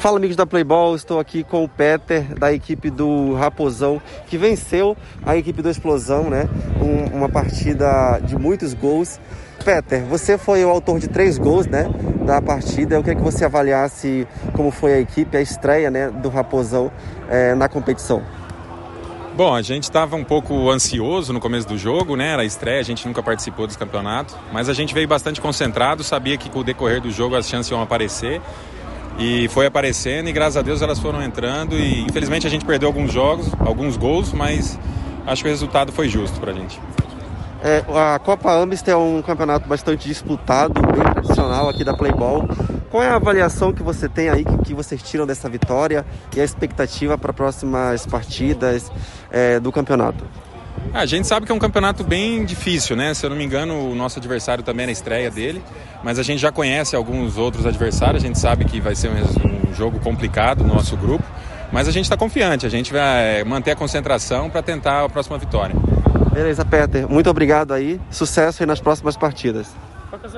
Fala, amigos da Playball, estou aqui com o Peter da equipe do Raposão, que venceu a equipe do Explosão, né? Uma partida de muitos gols. Peter, você foi o autor de 3 gols, né, da partida. Eu queria que você avaliasse como foi a equipe, a estreia, né, do Raposão na competição. Bom, a gente estava um pouco ansioso no começo do jogo, né? Era a estreia, a gente nunca participou desse campeonato, mas a gente veio bastante concentrado, sabia que com o decorrer do jogo as chances iam aparecer. E foi aparecendo e graças a Deus elas foram entrando e infelizmente a gente perdeu alguns gols, mas acho que o resultado foi justo pra gente. A Copa Amstel é um campeonato bastante disputado, bem tradicional aqui da Playball. Qual é a avaliação que você tem aí, que vocês tiram dessa vitória e a expectativa para próximas partidas do campeonato? A gente sabe que é um campeonato bem difícil, né? Se eu não me engano, o nosso adversário também é na estreia dele, mas a gente já conhece alguns outros adversários, a gente sabe que vai ser um jogo complicado no nosso grupo, mas a gente está confiante, a gente vai manter a concentração para tentar a próxima vitória. Beleza, Peter. Muito obrigado aí. Sucesso aí nas próximas partidas.